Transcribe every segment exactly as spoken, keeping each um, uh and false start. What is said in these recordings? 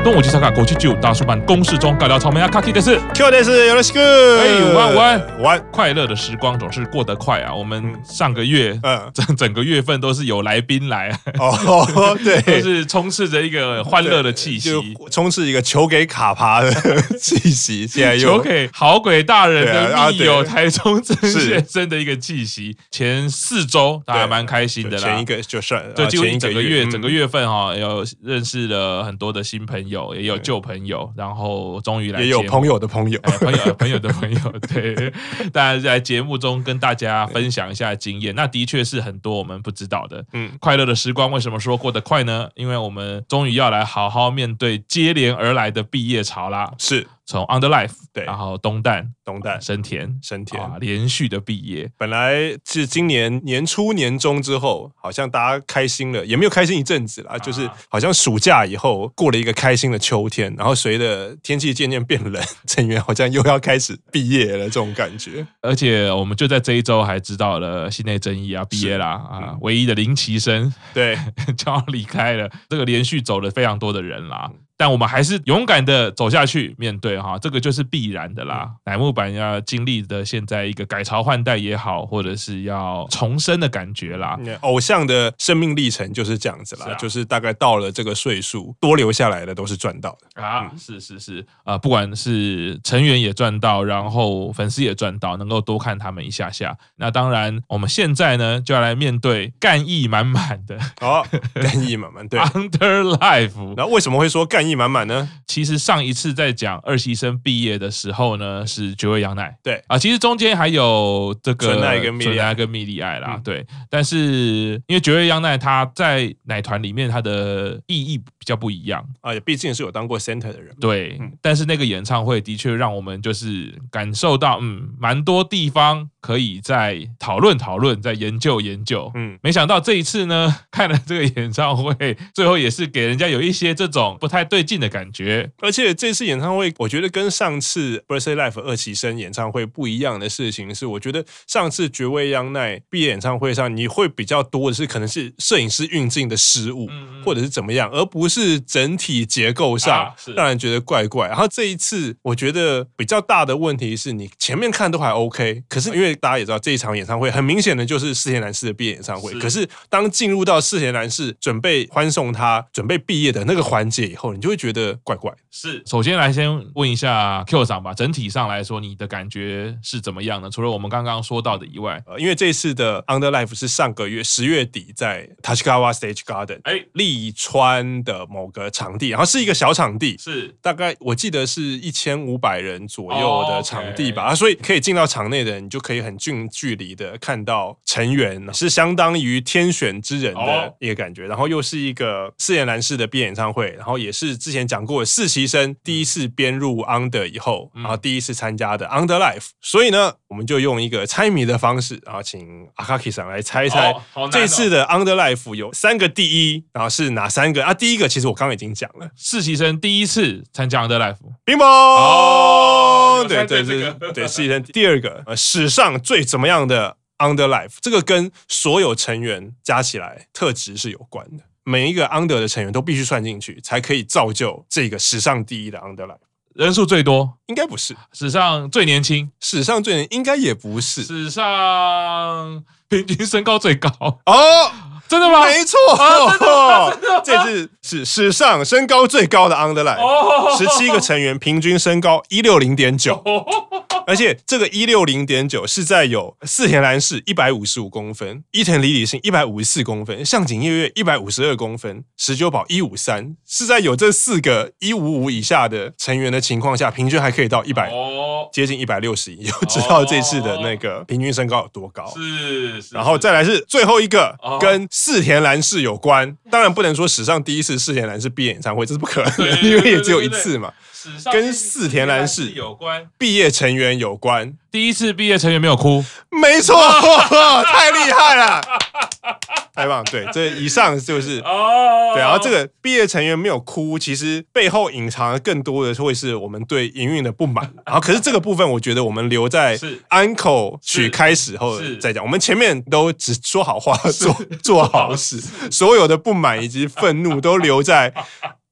东武吉萨卡国际九大叔版公式中尬聊草莓啊，卡基的是 Q 的是よろしく。 哎，午安午安午安！ 快乐的时光总是过得快啊！我们上个月，嗯，整整个月份都是有来宾来， 哦，对， 都是充斥着一个欢乐的气息， 就充斥一个求给卡爬的气息。现在又求给好鬼大人的密友台中曾先生的一个气息。前四周大家蛮开心的啦， 前一个就算， 对，几乎整个月整个月份哈，有认识了很多的新朋友，也有旧朋友，然后终于来也有朋友的朋友， 朋友朋友的朋友，对，大家在节目中跟大家分享一下经验。那的确是很多我们不知道的。嗯，快乐的时光为什么说过得快呢？因为我们终于要来好好面对接连而来的毕业潮啦。 是。 从 Underlife 对， 然后东淡、 东淡、 生田、 生田、 啊，连续的毕业。 本来是今年年初年中之后，好像大家开心了，也没有开心一阵子啦，啊、就是好像暑假以后过了一个开心的秋天，然后随着天气渐渐变冷，成员好像又要开始毕业了，这种感觉。 而且我们就在这一周还知道了新内真一啊毕业啦啊，嗯、唯一的林奇生对就要离开了，这个连续走了非常多的人啦。嗯，但我们还是勇敢的走下去，面对哈，这个就是必然的啦。乃木坂要经历的现在一个改朝换代也好，或者是要重生的感觉啦。 偶像的生命历程就是这样子啦，是啊、就是大概到了这个岁数，多留下来的都是赚到的啊。嗯、是是是啊、呃，不管是成员也赚到，然后粉丝也赚到，能够多看他们一下下。那当然，我们现在呢就要来面对干意满满的哦，干意满满对 Underlife。 那为什么会说干意满满呢？ 其实上一次在讲二期生毕业的时候呢，是九尾阳奈， 对啊，其实中间还有这个纯奈跟蜜莉爱跟蜜莉爱啦，嗯、对。但是因为九尾阳奈他在奶团里面他的意义比较不一样啊，也毕竟是有当过 center 的人， 对。嗯、但是那个演唱会的确让我们就是感受到，嗯，蛮多地方可以再讨论讨论，再研究研究。嗯，没想到这一次呢，看了这个演唱会，最后也是给人家有一些这种不太对劲的感觉。 而且这次演唱会，我觉得跟上次 Birthday Life 二期生演唱会不一样的事情是，我觉得上次绝味央奈毕业演唱会上，你会比较多的是可能是摄影师运镜的失误，嗯嗯或者是怎么样，而不是整体结构上让人觉得怪怪。然后这一次，我觉得比较大的问题是你前面看都还 OK， 可是因为大家也知道这一场演唱会很明显的就是四田男士的毕业演唱会，可是当进入到四田男士准备欢送他准备毕业的那个环节以后，你就会觉得怪怪。 是，首先来先问一下 Q 桑吧，整体上来说你的感觉是怎么样呢？除了我们刚刚说到的以外， 呃、因为这次的 Underlife 是上个月十月底在 Tachikawa Stage Garden 立川的某个场地，然后是一个小场地， 是大概我记得是一千五百人左右的场地吧， oh, okay. 所以可以进到场内的人，你就可以很近距离的看到成员，是相当于天选之人的一个感觉， oh. 然后又是一个四田男士的毕业演唱会，然后也是之前讲过的四期生第一次编入 Under 以后，然后第一次参加的 Underlife， 所以呢，我们就用一个猜谜的方式，然后請阿卡基桑来猜一猜，哦哦、这次的 Underlife 有三个第一，然后是哪三个啊？第一个其实我刚刚已经讲了， 四期生第一次参加 Underlife， 冰雹哦，对对对对，四期生第二个，呃，史上最怎么样的 Underlife， 这个跟所有成员加起来特质是有关的。每一个 Under 的成员都必须算进去，才可以造就这个史上第一的 Underlife。 人数最多应该不是， 史上最年轻， 史上最年应该也不是， 史上平均身高最高哦。 真的吗？ 没错，啊、这次是史上身高最高的 Underlife， 十七个成员平均身高一百六十点九，而且这个一百六十点九是在有四田蓝士一百五十五公分，伊藤里里信一百五十四公分，向井叶月一百五十二公分，石久保一百五十三，是在有这四个一百五十五以下的成员的情况下，平均还可以到一百、哦、接近一百六十一，就知道这次的那个平均身高有多高。 是，是然后再来是最后一个、哦、跟四田蓝士有关，当然不能说史上第一次四田蓝士毕业演唱会，这是不可能的，因为也只有一次嘛。跟四田蓝士有关， 毕业成员有关。 第一次毕业成员没有哭， 没错，太厉害了，太棒！对，这以上就是哦，对。然后这个毕业成员没有哭，其实背后隐藏的更多的会是我们对营运的不满。然后，可是这个部分，我觉得我们留在安口曲开始后再讲。我们前面都只说好话，做做好事，所有的不满以及愤怒都留在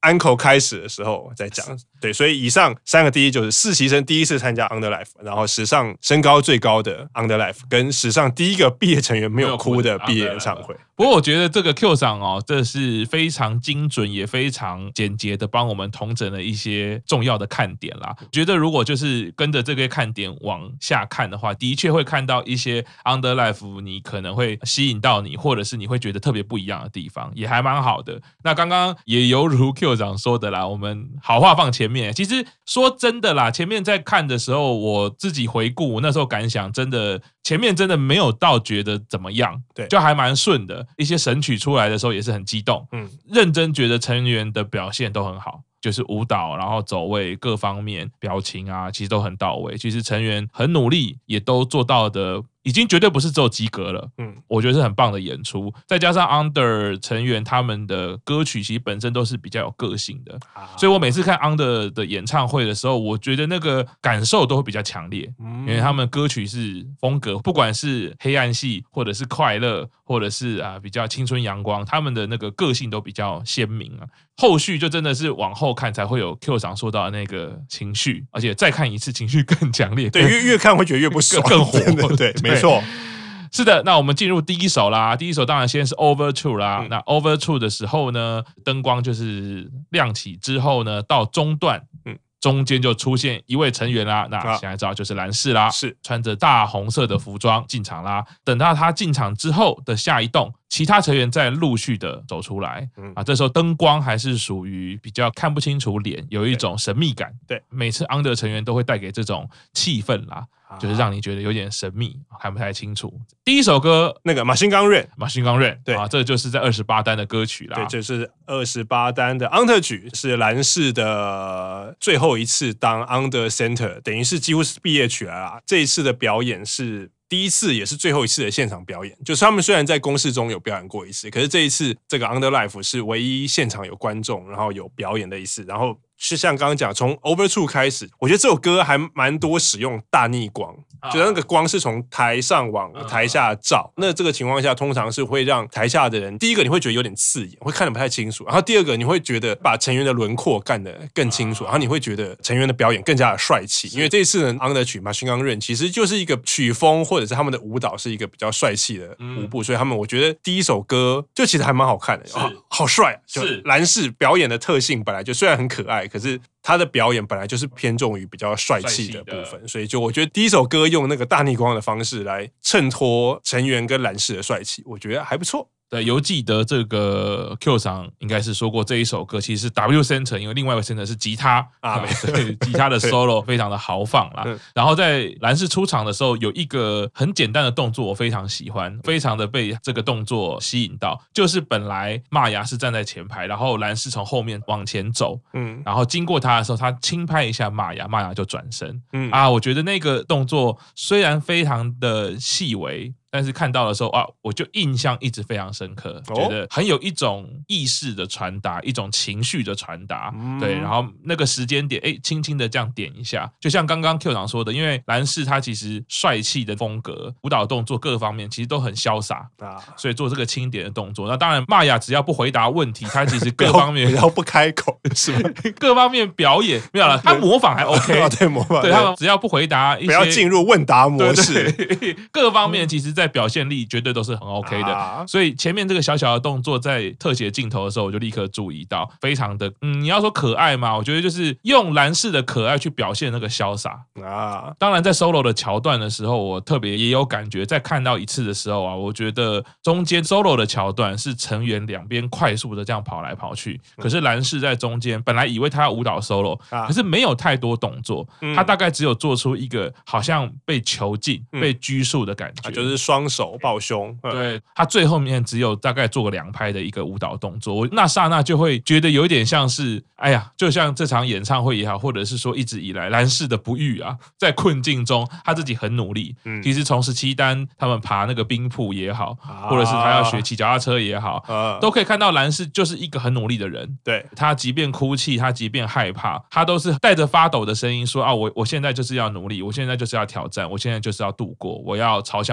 uncle 开始的时候再讲。对，所以以上三个第一就是实习生第一次参加 Underlife， 然后史上身高最高的 Underlife， 跟史上第一个毕业成员没有哭的毕业演唱会。 不过我觉得这个 Q 赏哦，这是非常精准也非常简洁的帮我们统整了一些重要的看点啦。觉得如果就是跟着这个看点往下看的话，的确会看到一些 Underlife 你可能会吸引到你，或者是你会觉得特别不一样的地方，也还蛮好的。那刚刚也犹如 Q 长说的啦，我们好话放前面。其实说真的啦，前面在看的时候，我自己回顾，我那时候感想真的前面真的没有到觉得怎么样， 对， 就还蛮顺的。一些神曲出来的时候也是很激动，嗯，认真觉得成员的表现都很好。就是舞蹈，然后走位各方面表情啊，其实都很到位。其实成员很努力，也都做到的，已经绝对不是只有及格了。嗯，我觉得是很棒的演出。再加上 Under 成员他们的歌曲其实本身都是比较有个性的，所以我每次看 Under 的演唱会的时候，我觉得那个感受都会比较强烈，因为他们歌曲是风格，不管是黑暗系，或者是快乐，或者是啊比较青春阳光，他们的那个个性都比较鲜明啊。后续就真的是往后看才会有 Q 长说到的那个情绪，而且再看一次情绪更强烈， 对，越越看会觉得越不爽， 更火， 对，对，没错。 是的，那我们进入第一首啦。第一首当然先是 Overture 啦。嗯、那 Overture 的时候呢，灯光就是亮起之后呢，到中段，嗯。中间就出现一位成员啦，那现在知道就是蓝氏啦， 是穿着大红色的服装进场啦。等到他进场之后的下一动，其他成员再陆续的走出来，嗯、啊，这时候灯光还是属于比较看不清楚脸，有一种神秘感。 对， 每次 Under 成员都会带给这种气氛啦。就是让你觉得有点神秘，看不太清楚。第一首歌， 那个马新刚润， 马新刚润， 对啊，这就是在二十八单的歌曲啦。 对，这是二十八单的 Under 曲，是蓝氏的最后一次当 Under Center， 等于是几乎是毕业曲了啦。这一次的表演是第一次也是最后一次的现场表演，就是他们虽然在公示中有表演过一次，可是这一次这个 Underlife 是唯一现场有观众，然后有表演的一次，然后。是像刚刚讲，从 Overture 开始，我觉得这首歌还蛮多使用大逆光，就那个光是从台上往台下照。那这个情况下，通常是会让台下的人，第一个你会觉得有点刺眼，会看得不太清楚；然后第二个你会觉得把成员的轮廓干得更清楚，然后你会觉得成员的表演更加的帅气。因为这一次的 Under 曲 Machine Gun Run 其实就是一个曲风或者是他们的舞蹈是一个比较帅气的舞步，所以他们我觉得第一首歌就其实还蛮好看的，哦、好帅、啊！就是蓝氏表演的特性本来就虽然很可爱，可是他的表演本来就是偏重于比较帅气的部分，所以就我觉得第一首歌用那个大逆光的方式来衬托成员跟蓝氏的帅气，我觉得还不错。 对，犹记得这个 Q 赏应该是说过这一首歌其实是 W Center， 因为另外一个 Center 是吉他啊，对，吉他的 solo 非常的豪放啦。然后在蓝氏出场的时候，有一个很简单的动作我非常喜欢，非常的被这个动作吸引到，就是本来玛雅是站在前排，然后蓝氏从后面往前走，嗯，然后经过他的时候，他轻拍一下玛雅，玛雅就转身，嗯啊，我觉得那个动作虽然非常的细微。但是看到的时候啊，我就印象一直非常深刻，觉得很有一种意识的传达，一种情绪的传达，嗯、对。然后那个时间点，哎，轻轻的这样点一下，就像刚刚 Q 长说的，因为蓝氏他其实帅气的风格、舞蹈动作各方面其实都很潇洒啊，所以做这个轻点的动作。那当然，玛雅只要不回答问题，他其实各方面只要不开口是吧？ 各方面表演没有了，他模仿还 OK， 对模仿， 对他们只要不回答一些， 不要进入问答模式， 对对对各方面其实在。表现力绝对都是很 OK 的，啊、所以前面这个小小的动作在特写镜头的时候，我就立刻注意到，非常的嗯，你要说可爱嘛，我觉得就是用蓝氏的可爱去表现那个潇洒啊。当然，在 solo 的桥段的时候，我特别也有感觉，在看到一次的时候啊，我觉得中间 solo 的桥段是成员两边快速的这样跑来跑去，可是蓝氏在中间，本来以为他要舞蹈 solo，、啊、可是没有太多动作，嗯、他大概只有做出一个好像被囚禁、嗯、被拘束的感觉， 啊、就是双。双手抱胸， 对他最后面只有大概做个两拍的一个舞蹈动作，我那刹那就会觉得有一点像是，哎呀，就像这场演唱会也好，或者是说一直以来蓝氏的不遇啊，在困境中他自己很努力。嗯、其实从十七单他们爬那个冰瀑也好，啊、或者是他要学骑脚踏车也好，啊、都可以看到蓝氏就是一个很努力的人。 对， 他即便哭泣，他即便害怕，他都是带着发抖的声音说啊，我我现在就是要努力，我现在就是要挑战，我现在就是要度过，我要朝向我的目标。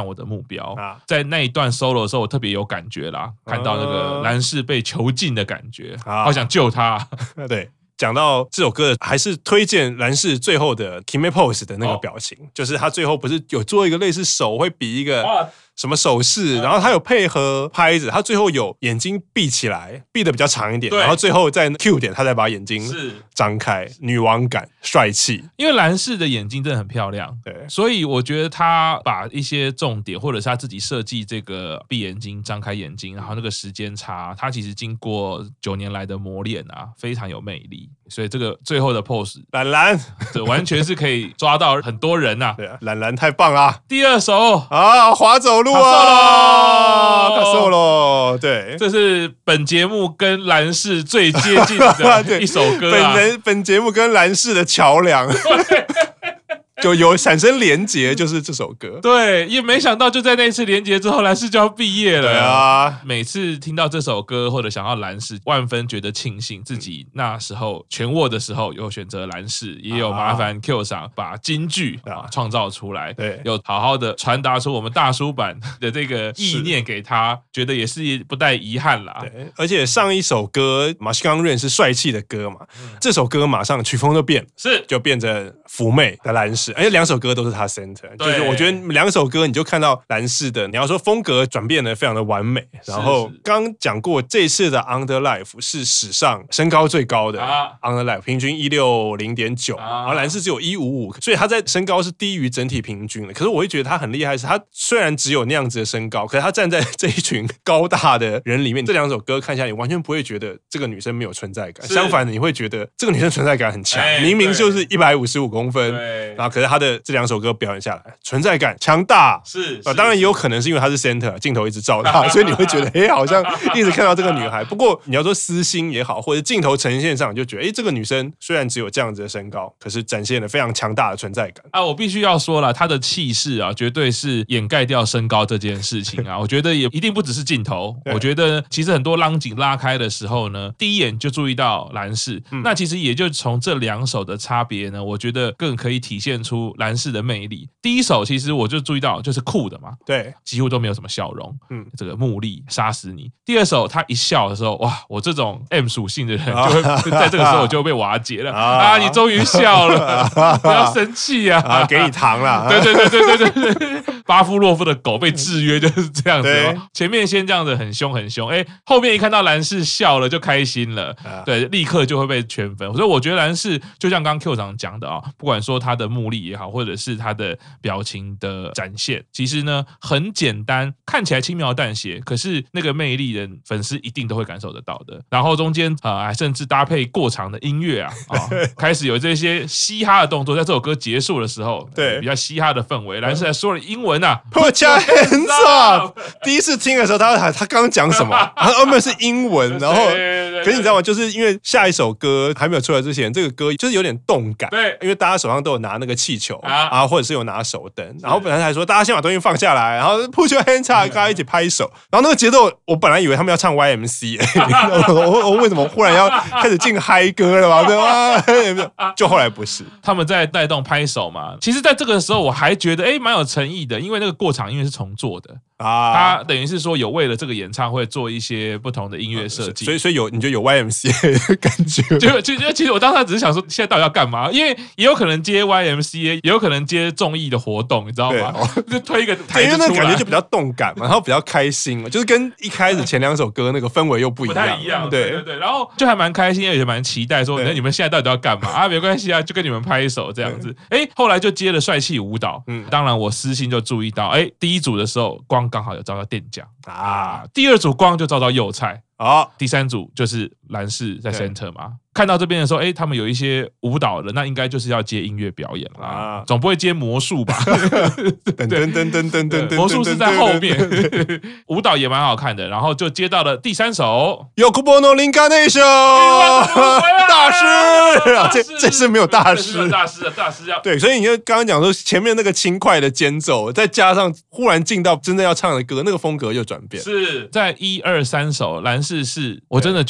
标。啊、在那一段 solo 的时候，我特别有感觉啦，看到那个蓝氏被囚禁的感觉，啊、好想救他。 对。讲到这首歌，还是推荐蓝氏最后的 Kime Pose 的那个表情，哦、就是他最后不是有做一个类似手会比一个什么手势，啊、然后他有配合拍子，他最后有眼睛闭起来，闭的比较长一点，然后最后在 Q 点他再把眼睛张开，女王感帅气。 因为蓝氏的眼睛真的很漂亮，对，所以我觉得他把一些重点，或者是他自己设计这个闭眼睛、张开眼睛，然后那个时间差，他其实经过九年来的磨练啊，非常有魅力。所以这个最后的 pose， 蓝蓝， 这完全是可以抓到很多人呐、啊。 对啊，蓝蓝太棒啦！ 第二首啊，滑走路啊，卡索咯，对， 这是本节目跟蓝氏最接近的一首歌啊。 本人本节目跟蓝氏的桥梁。就有产生连结，就是这首歌。 对，也没想到就在那次连结之后，蓝氏就要毕业了。 对啊， 每次听到这首歌或者想到蓝氏，万分觉得庆幸自己那时候全握的时候有选择蓝氏，也有麻烦 Q 赏把金句啊创造出来，对，有好好的传达出我们大叔版的这个意念给他，觉得也是不带遗憾啦。 对，而且上一首歌马西刚润是帅气的歌嘛，嗯、这首歌马上曲风就变， 是就变成妩媚的蓝氏。而且两首歌都是他 center， 就是我觉得两首歌你就看到蓝氏的，你要说风格转变的非常的完美。然后刚刚讲过，这次的 Under Life 是史上身高最高的 Under Life， 平均一六零点九，然后蓝氏只有一五五，所以他在身高是低于整体平均的。可是我会觉得他很厉害，是他虽然只有那样子的身高，可是他站在这一群高大的人里面，这两首歌看下来，你完全不会觉得这个女生没有存在感，相反的，你会觉得这个女生存在感很强，明明就是一百五十五公分，然后可是他的这两首歌表演下来，存在感强大， 是啊，当然也有可能是因为他是 center， 镜头一直照他，所以你会觉得，哎，好像一直看到这个女孩。不过你要说私心也好，或者镜头呈现上，你就觉得，哎，这个女生虽然只有这样子的身高，可是展现了非常强大的存在感啊！我必须要说了，她的气势啊，绝对是掩盖掉身高这件事情啊。我觉得也一定不只是镜头，我觉得其实很多浪景拉开的时候呢，第一眼就注意到蓝氏，嗯、那其实也就从这两首的差别呢，我觉得更可以体现出蓝氏的魅力。第一首其实我就注意到就是酷的嘛， 对， 几乎都没有什么笑容，嗯，这个目力杀死你。第二首他一笑的时候，哇，我这种 M 属性的人就会在这个时候我就被瓦解了啊！啊你终于笑了，不要生气啊！ 啊，给你糖了， 对对对对对对对，巴夫洛夫的狗被制约就是这样子哦。前面先这样子很凶很凶，哎，后面一看到蓝氏笑了就开心了，对，立刻就会被圈分。所以我觉得蓝氏就像刚刚 Q 长讲的啊，不管说他的目力也好，或者是他的表情的展现，其实呢很简单，看起来轻描淡写，可是那个魅力人粉丝一定都会感受得到的。然后中间啊、呃，甚至搭配过场的音乐啊，啊开始有这些嘻哈的动作，在这首歌结束的时候，对、呃、比较嘻哈的氛围，蓝氏还说了英文啊 ，Put your hands up。第一次听的时候，他他刚刚讲什么？他后面是英文，然后，可是你知道吗？就是因为下一首歌还没有出来之前，这个歌就是有点动感，对，因为大家手上都有拿那个气球啊，啊或者是有拿手灯，然后本来还说大家先把东西放下来，然后 Put your hands up， 大家一起拍手，然后那个节奏，我本来以为他们要唱 Y M C， 我我为什么忽然要开始进嗨歌了嘛？对吧？就后来不是， 他们在带动拍手嘛。其实，在这个时候我还觉得，哎，蛮有诚意的，因为那个过场音乐是重做的。啊，他等于是说有为了这个演唱会做一些不同的音乐设计， 所以所以有你就有 Y M C A 的感觉， 就就就其实我当时只是想说，现在到底要干嘛？因为也有可能接 Y M C A， 也有可能接综艺的活动，你知道吗？就推一个台子出来， 因为那个感觉就比较动感嘛，然后比较开心嘛，就是跟一开始前两首歌那个氛围又不一样， 不太一样，对对对。然后就还蛮开心，而且蛮期待说，那你们现在到底要干嘛啊？没关系啊，就跟你们拍手这样子。哎，后来就接了帅气舞蹈，嗯，当然我私心就注意到，哎，第一组的时候光刚好有照到电奖啊，第二组光就照到幼菜。好、哦，第三组就是蓝氏在 center 嘛。看到这边的时候，哎，他们有一些舞蹈的，那应该就是要接音乐表演啦，啊、总不会接魔术吧？ 噔噔噔噔噔噔， 魔术是在后面，舞蹈也蛮好看的。然后就接到了第三首 Yokobono Reincarnation， 大师啊，这这次没有大师， 大师的大师要对，所以你就刚刚讲说前面那个轻快的间奏，再加上忽然进到真正要唱的歌，那个风格又转变。 是在一二三首蓝氏是，我真的觉得他前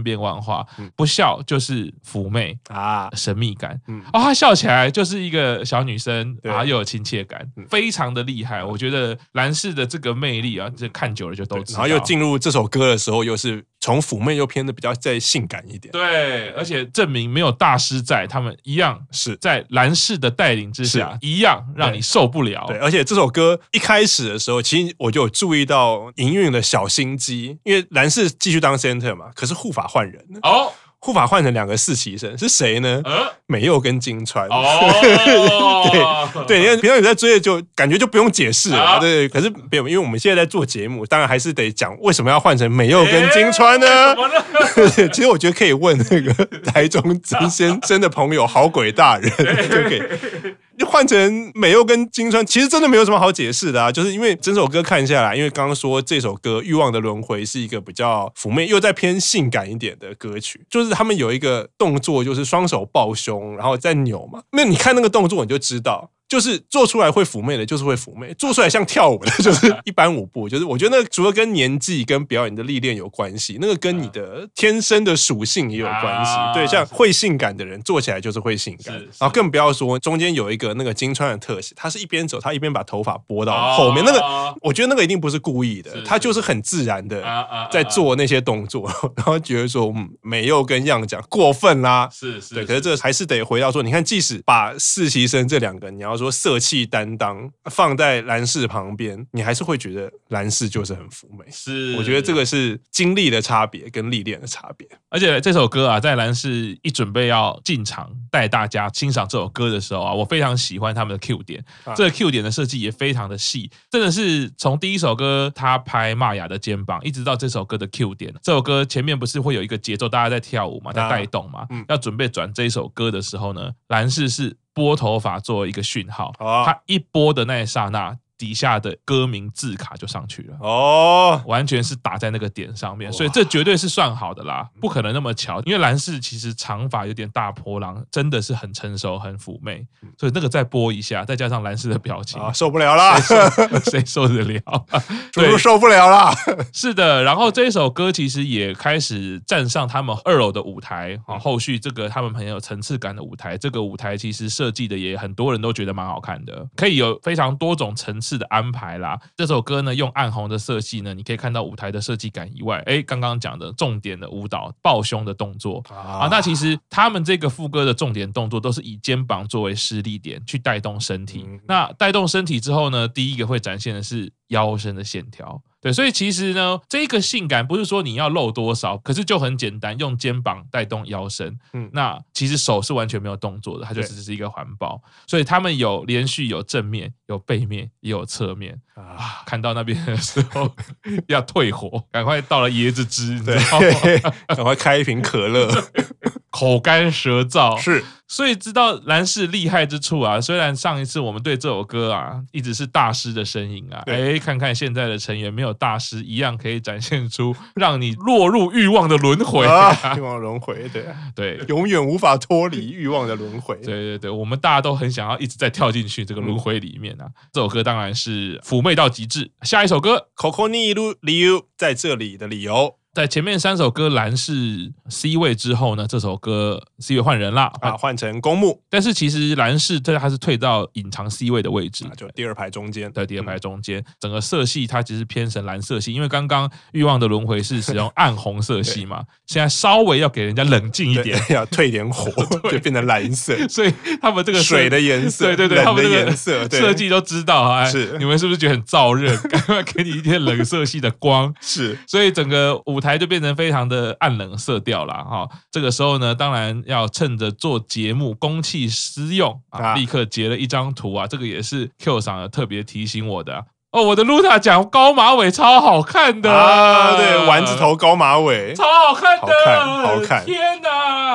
千变万化，嗯、不笑就是妩媚啊，神秘感。嗯，哦，她笑起来就是一个小女生，然后又有亲切感，嗯、非常的厉害。我觉得兰氏的这个魅力啊，这看久了就都知道。 然后又进入这首歌的时候，又是从妩媚又偏的比较再性感一点。 对，而且证明没有大师在，他们一样是在兰氏的带领之下，一样让你受不了。 对，而且这首歌一开始的时候，其实我就有注意到营运的小心机，因为兰氏继续当 center 嘛，可是护法换人哦。护法换成两个四期生是谁呢？呃、美佑跟金川。哦，对对，因为平常你在追的就感觉就不用解释了，啊、对。可是没有，因为我们现在在做节目，当然还是得讲为什么要换成美佑跟金川呢？欸、其实我觉得可以问那个台中金先生的朋友好鬼大人就可以。就换成美佑跟金川，其实真的没有什么好解释的啊，就是因为整首歌看下来，因为刚刚说这首歌《欲望的轮回》是一个比较妩媚又再偏性感一点的歌曲，就是他们有一个动作，就是双手抱胸，然后再扭嘛，那你看那个动作你就知道。就是做出来会妩媚的，就是会妩媚；做出来像跳舞的，就是一般舞步。就是我觉得那除了跟年纪、跟表演的历练有关系，那个跟你的天生的属性也有关系。对，像会性感的人做起来就是会性感，然后更不要说中间有一个那个金川的特写，他是一边走，他一边把头发拨到后面，那个我觉得那个一定不是故意的，他就是很自然的在做那些动作，然后觉得说，嗯，美佑跟样讲过分啦， 是是， 对，可是这还是得回到说，你看，即使把四期生这两个，你要说色气担当放在兰氏旁边，你还是会觉得兰氏就是很妩媚。 是， 我觉得这个是经历的差别跟历练的差别。 而且这首歌啊，在兰氏一准备要进场带大家欣赏这首歌的时候啊，我非常喜欢他们的 Q 点，啊、这个 Q 点的设计也非常的细，真的是从第一首歌他拍玛雅的肩膀，一直到这首歌的 Q 点。这首歌前面不是会有一个节奏，大家在跳舞嘛，在带动嘛，啊嗯、要准备转这一首歌的时候呢，兰氏是拨头发作为一个讯号，哦、他一拨的那一刹那，底下的歌名字卡就上去了哦，完全是打在那个点上面，所以这绝对是算好的啦，不可能那么巧。因为兰氏其实长发有点大波浪，真的是很成熟、很妩媚，所以那个再拨一下，再加上兰氏的表情， 啊、受不了啦， 谁受得了？ 叔叔受不了啦。 是的，然后这一首歌其实也开始站上他们二楼的舞台啊，后续这个他们很有层次感的舞台，这个舞台其实设计的也很多人都觉得蛮好看的，可以有非常多种层次的安排啦。这首歌呢，用暗红的色系呢，你可以看到舞台的设计感以外，哎，刚刚讲的重点的舞蹈抱胸的动作啊，那其实他们这个副歌的重点动作都是以肩膀作为施力点去带动身体。那带动身体之后呢，第一个会展现的是腰身的线条。对，所以其实呢，这个性感不是说你要露多少，可是就很简单，用肩膀带动腰身。嗯，那其实手是完全没有动作的，它就只是一个环抱。所以他们有连续有正面、有背面，也有侧面啊。看到那边的时候要退火，赶快倒了椰子汁，你知道吗？ 赶快开一瓶可乐。 口干舌燥是， 所以知道兰氏厉害之处啊。虽然上一次我们对这首歌啊一直是大师的身影啊，哎，看看现在的成员没有大师一样可以展现出让你落入欲望的轮回啊， 欲望的轮回，对对， 永远无法脱离欲望的轮回。 对对对，我们大家都很想要一直在跳进去这个轮回里面啊。嗯、这首歌当然是妩媚到极致。下一首歌 ，Coco ni lu liu 在这里的理由。 在前面三首歌兰氏 C 位之后呢，这首歌 C 位换人啦， 啊，换成公牧。 但是其实兰氏它它是退到隐藏 C 位的位置， 啊、就第二排中间。 对，第二排中间，嗯、整个色系它其实偏成蓝色系，因为刚刚欲望的轮回是使用暗红色系嘛，现在稍微要给人家冷静一点， 要退点火，就变成蓝色。 所以他们这个水的颜色， 对对对，他们这个颜色设计都知道啊。是，你们是不是觉得很燥热？赶快给你一点冷色系的光。 是， 所以整个舞台就变成非常的暗冷色调啦，哈，这个时候呢，当然要趁着做节目公器私用啊，立刻截了一张图啊，这个也是 Q 赏特别提醒我的、啊、哦，我的 Luta 讲高马尾超好看的， 啊，对，丸子头高马尾超好看的， 好看，好看， 天哪！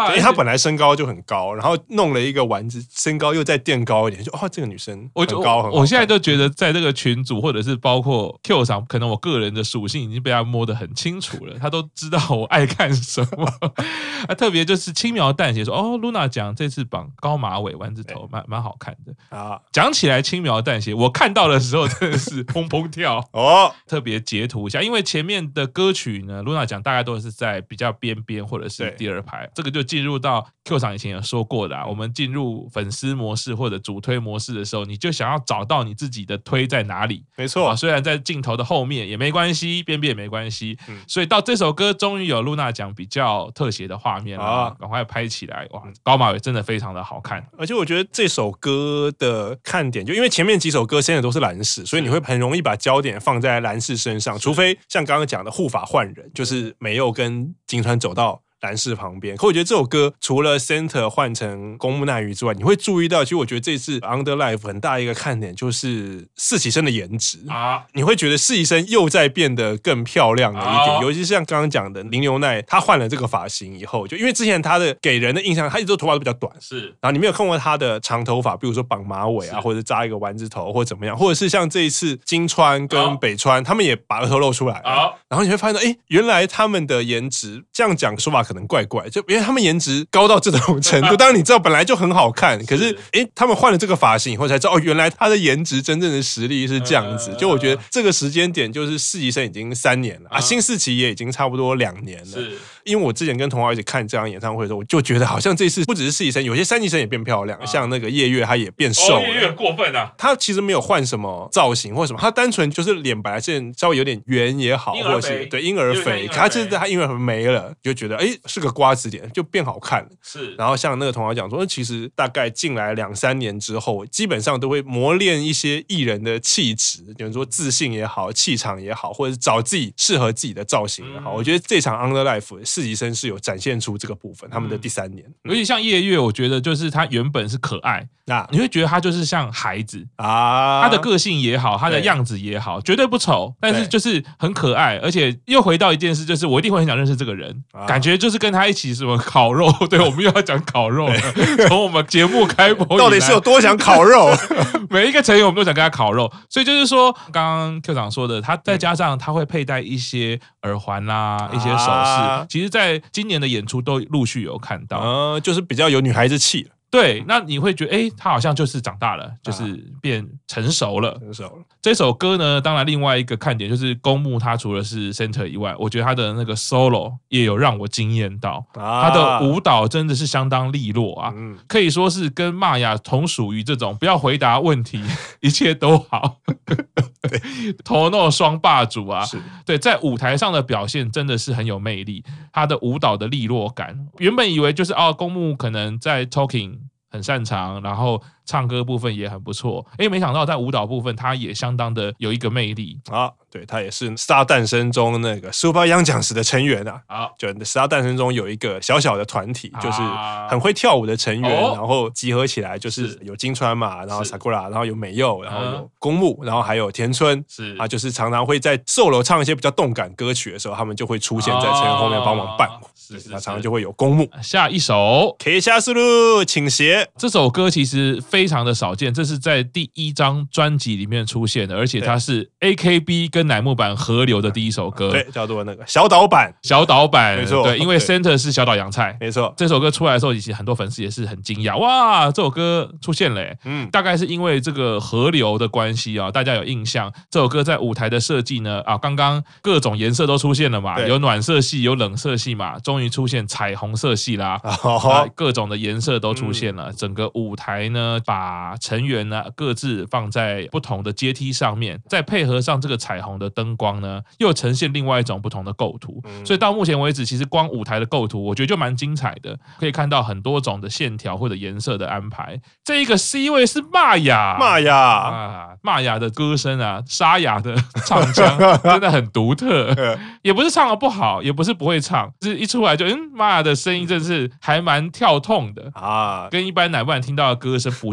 啊！ 因为她本来身高就很高，然后弄了一个丸子，身高又再垫高一点，就哦，这个女生很高很我我现在都觉得，在这个群组或者是包括 Q 上，可能我个人的属性已经被他摸得很清楚了，他都知道我爱看什么。啊，特别就是轻描淡写说，哦 ，Luna 讲这次绑高马尾丸子头，蛮蛮好看的啊。讲起来轻描淡写，我看到的时候真的是砰砰跳哦。特别截图一下，因为前面的歌曲呢 ，Luna 讲大概都是在比较边边或者是第二排，这个就进入到 Q 厂以前有说过的、啊，我们进入粉丝模式或者主推模式的时候，你就想要找到你自己的推在哪里。 没错、 啊，虽然在镜头的后面也没关系，边边也没关系、嗯，所以到这首歌终于有 Luna 讲比较特写的画面了、啊，赶快拍起来！哇，高马尾真的非常的好看， 而且我觉得这首歌的看点，就因为前面几首歌现在都是蓝氏，所以你会很容易把焦点放在蓝氏身上，除非像刚刚讲的护法换人，就是美佑跟金川走到蓝氏旁边。可我觉得这首歌除了 Center 换成公木奈于之外，你会注意到，其实我觉得这次 Underlife 很大一个看点就是四期生的颜值啊，你会觉得四期生又在变得更漂亮了一点，尤其是像刚刚讲的林牛奈，他换了这个发型以后，就因为之前他的给人的印象，他一直都头发都比较短，是，然后你没有看过他的长头发，比如说绑马尾啊，或者扎一个丸子头，或者怎么样，或者是像这一次金川跟北川，他们也把额头露出来了，然后你会发现，哎，原来他们的颜值，这样讲说法可能怪怪，就因为他们颜值高到这种程度，当然你知道本来就很好看，可是哎，他们换了这个发型以后才知道，哦，原来他的颜值真正的实力是这样子。就我觉得这个时间点就是四期生已经三年了啊，新四期也已经差不多两年了。是，因为我之前跟童华一起看这场演唱会的时候，我就觉得好像这次不只是四期生，有些三期生也变漂亮，像那个夜月他也变瘦了。 夜月很过分啊， 他其实没有换什么造型或什么，他单纯就是脸本来是稍微有点圆也好，或者是对婴儿肥，可他就是他婴儿肥没了，就觉得哎是个瓜子脸，就变好看了。是，然后像那个童华讲说，其实大概进来两三年之后，基本上都会磨练一些艺人的气质，有人说自信也好，气场也好，或者是找自己适合自己的造型也好。嗯、我觉得这场 Underlife 四期生是有展现出这个部分，他们的第三年。 尤其像夜月，我觉得就是他原本是可爱。啊，你会觉得他就是像孩子啊，他的个性也好，他的样子也好，绝对不丑，但是就是很可爱，而且又回到一件事，就是我一定会很想认识这个人，啊、感觉就是跟他一起什么烤肉，对，我们又要讲烤肉了，从我们节目开播到底是有多想烤肉， 每一个成员我们都想跟他烤肉，所以就是说，刚刚 Q 长说的，他再加上他会佩戴一些耳环啦、啊，一些首饰，啊、其实在今年的演出都陆续有看到， 呃，就是比较有女孩子气了。 对，那你会觉得，哎，他好像就是长大了，就是变成熟了。 成熟了。 这首歌呢，当然另外一个看点就是公木，他除了是 center 以外，我觉得他的那个 solo 也有让我惊艳到，啊、他的舞蹈真的是相当利落啊，嗯、可以说是跟玛雅同属于这种不要回答问题，一切都好。头诺双霸主啊，对，在舞台上的表现真的是很有魅力，他的舞蹈的利落感，原本以为就是哦，公木可能在 talking 很擅长，然后唱歌部分也很不错，哎，没想到在舞蹈部分他也相当的有一个魅力啊。对，他也是 Star 诞生中那个 Super Young 奖时的成员啊。啊，就 Star 诞生中有一个小小的团体，啊、就是很会跳舞的成员，哦、然后集合起来就是有金川嘛，然后 Sakura， 然后有美佑，然后有公木，然后还有田村，是啊，就是常常会在 solo 唱一些比较动感歌曲的时候，他们就会出现在成员后面帮忙伴舞。是是，那常常就会有公木。 下一首 K 下斯路倾斜， 这首歌其实非常的少见，这是在第一张专辑里面出现的，而且它是 A K B 跟乃木坂合流的第一首歌， 对，叫做那个小岛版， 小岛版， 没错， 对，因为 Center 是小岛洋菜， 没错。 这首歌出来的时候，其实很多粉丝也是很惊讶，哇，这首歌出现了，嗯，大概是因为这个合流的关系啊，大家有印象，这首歌在舞台的设计呢，啊，刚刚各种颜色都出现了嘛，有暖色系，有冷色系嘛，终于出现彩虹色系啦，哦啊、各种的颜色都出现了，嗯、整个舞台呢，把成员呢各自放在不同的阶梯上面，再配合上这个彩虹的灯光呢，又呈现另外一种不同的构图。嗯、所以到目前为止，其实光舞台的构图，我觉得就蛮精彩的，可以看到很多种的线条或者颜色的安排。这一个 C 位是玛雅， 玛雅啊，玛雅的歌声啊，沙哑的唱腔真的很独特，也不是唱得不好，也不是不会唱，就是一出来就嗯，玛雅的声音真是还蛮跳痛的啊，跟一般乃木坂听到的歌声不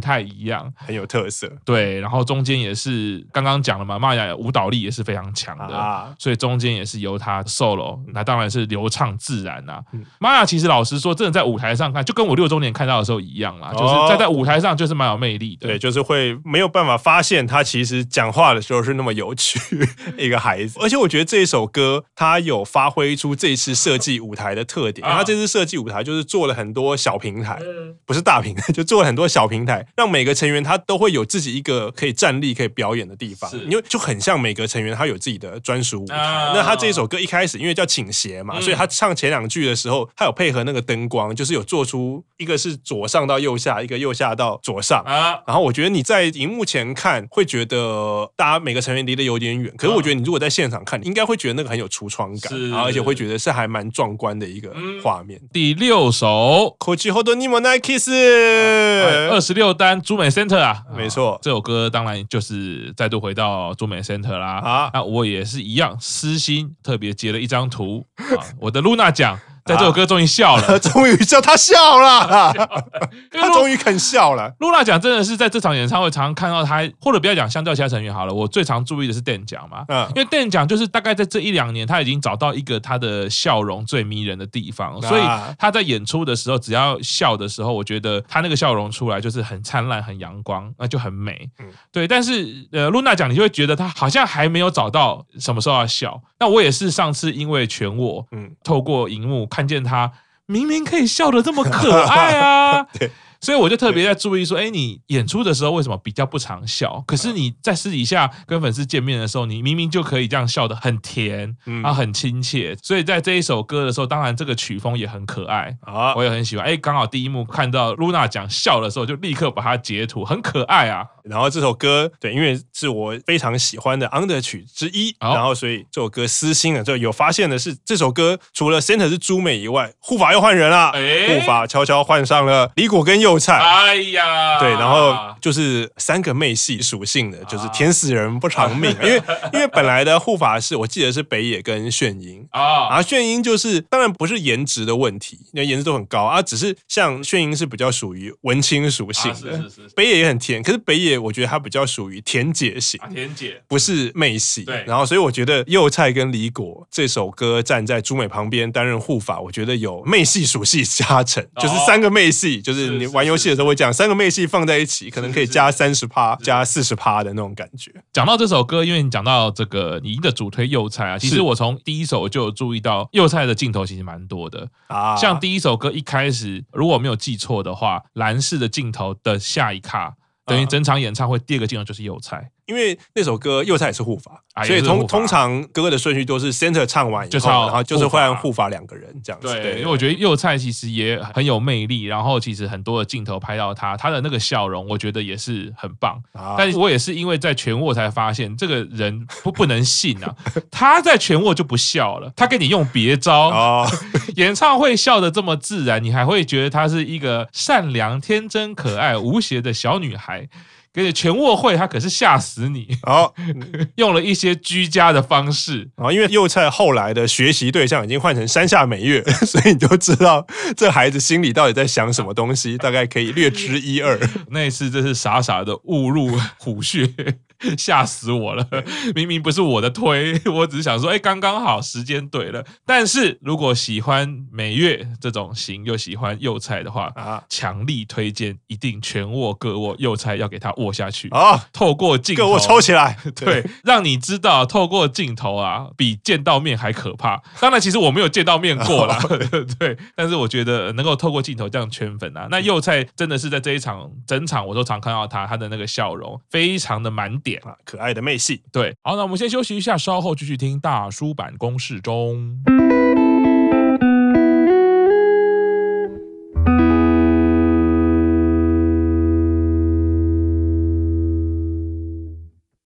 太一样， 很有特色。 对，然后中间也是刚刚讲了嘛，玛雅舞蹈力也是非常强的，啊、所以中间也是由他 solo， 那当然是流畅自然啊。玛雅、嗯、其实老实说，真的在舞台上看，就跟我六周年看到的时候一样啦，哦、就是在在舞台上就是蛮有魅力的。 对，就是会没有办法发现他其实讲话的时候是那么有趣一个孩子。而且我觉得这一首歌，他有发挥出这一次设计舞台的特点。啊、他这次设计舞台就是做了很多小平台，嗯、不是大平台，就做了很多小平台，让每个成员他都会有自己一个可以站立、可以表演的地方。因为就很像每个成员他有自己的专属舞台。啊、那他这一首歌一开始因为叫倾斜嘛，嗯、所以他唱前两句的时候，他有配合那个灯光，就是有做出一个是左上到右下，一个右下到左上。啊、然后我觉得你在荧幕前看会觉得大家每个成员离得有点远，可是我觉得你如果在现场看，你应该会觉得那个很有橱窗感，然后而且会觉得是还蛮壮观的一个画面。嗯、 第六首 Kochi Hodo Nimo Nai Kiss， 二十六单朱美 Center 啊， 没错， 这首歌当然就是再度回到朱美 Center 啦。啊，那我也是一样，私心特别截了一张图啊，我的 Luna 奖。在这首歌终于笑了， 终于笑，他笑了，他终于肯笑了。 露娜奖真的是在这场演唱会常常看到他，或者不要讲相较其他成员好了，我最常注意的是 Dan 奖嘛，嗯、因为 Dan 奖就是大概在这一两年，他已经找到一个他的笑容最迷人的地方，所以他在演出的时候，只要笑的时候，我觉得他那个笑容出来就是很灿烂、很阳光，那就很美。嗯、对，但是呃，露娜奖你就会觉得他好像还没有找到什么时候要笑。那我也是上次因为全我，嗯，透过荧幕。看见他明明可以笑得这么可爱啊，对，所以我就特别在注意说，哎，你演出的时候为什么比较不常笑？可是你在私底下跟粉丝见面的时候，你明明就可以这样笑得很甜，嗯、啊，很亲切。所以在这一首歌的时候，当然这个曲风也很可爱啊，我也很喜欢。哎，刚好第一幕看到露娜讲笑的时候，就立刻把它截图，很可爱啊。 然后这首歌，对，因为是我非常喜欢的 under 曲之一，哦、然后所以这首歌私心的就有发现的是，这首歌除了 center 是朱美以外，护法又换人了，护法悄悄换上了李果跟幼菜， 哎呀， 对，然后就是三个妹系属性的，就是甜死人不偿命，因为因为本来的护法是我记得是北野跟炫音啊，然后炫音就是当然不是颜值的问题，因为颜值都很高啊，只是像炫音是比较属于文青属性的，啊、是是是北野也很甜，可是北野我觉得他比较属于甜姐型， 啊、甜姐不是妹系。对，然后所以我觉得幼菜跟李果这首歌站在朱美旁边担任护法，我觉得有妹系属性加成，哦、就是三个妹系，就是你玩游戏的时候会讲三个妹系放在一起，可能可以加三十趴、加四十趴的那种感觉。 讲到这首歌，因为你讲到这个你的主推幼菜啊，其实我从第一首就有注意到幼菜的镜头其实蛮多的啊，像第一首歌一开始，如果没有记错的话，蓝氏的镜头的下一卡。等于整场演唱会第二个镜头就是幼菜， 因为那首歌幼菜也是护法，啊、所以通通常歌的顺序都是 center 唱完以后，然后就是换护法两个人这样子。 对，因为我觉得幼菜其实也很有魅力，然后其实很多的镜头拍到他，他的那个笑容，我觉得也是很棒。啊、但是我也是因为在全握才发现，这个人不不能信啊，他在全握就不笑了，他给你用别招，哦、演唱会笑得这么自然，你还会觉得他是一个善良、天真、可爱、无邪的小女孩。给你全握会，他可是吓死你哦！用了一些居家的方式啊、哦，因为幼菜后来的学习对象已经换成山下美月，所以你就知道这孩子心里到底在想什么东西，大概可以略知一二。 那一次真是傻傻的误入虎穴。吓死我了！明明不是我的推，我只是想说，哎，刚刚好时间对了。但是如果喜欢美月这种型，又喜欢幼菜的话，啊，强力推荐，一定全握各握，幼菜要给他握下去啊！透过镜头， 各握抽起来， 对，让你知道透过镜头啊，比见到面还可怕。当然，其实我没有见到面过啦，对，但是我觉得能够透过镜头这样圈粉啊，那幼菜真的是在这一场整场我都常看到他，他的那个笑容非常的满点。 可爱的妹系， 对，好，那我们先休息一下，稍后继续听大叔版公式中。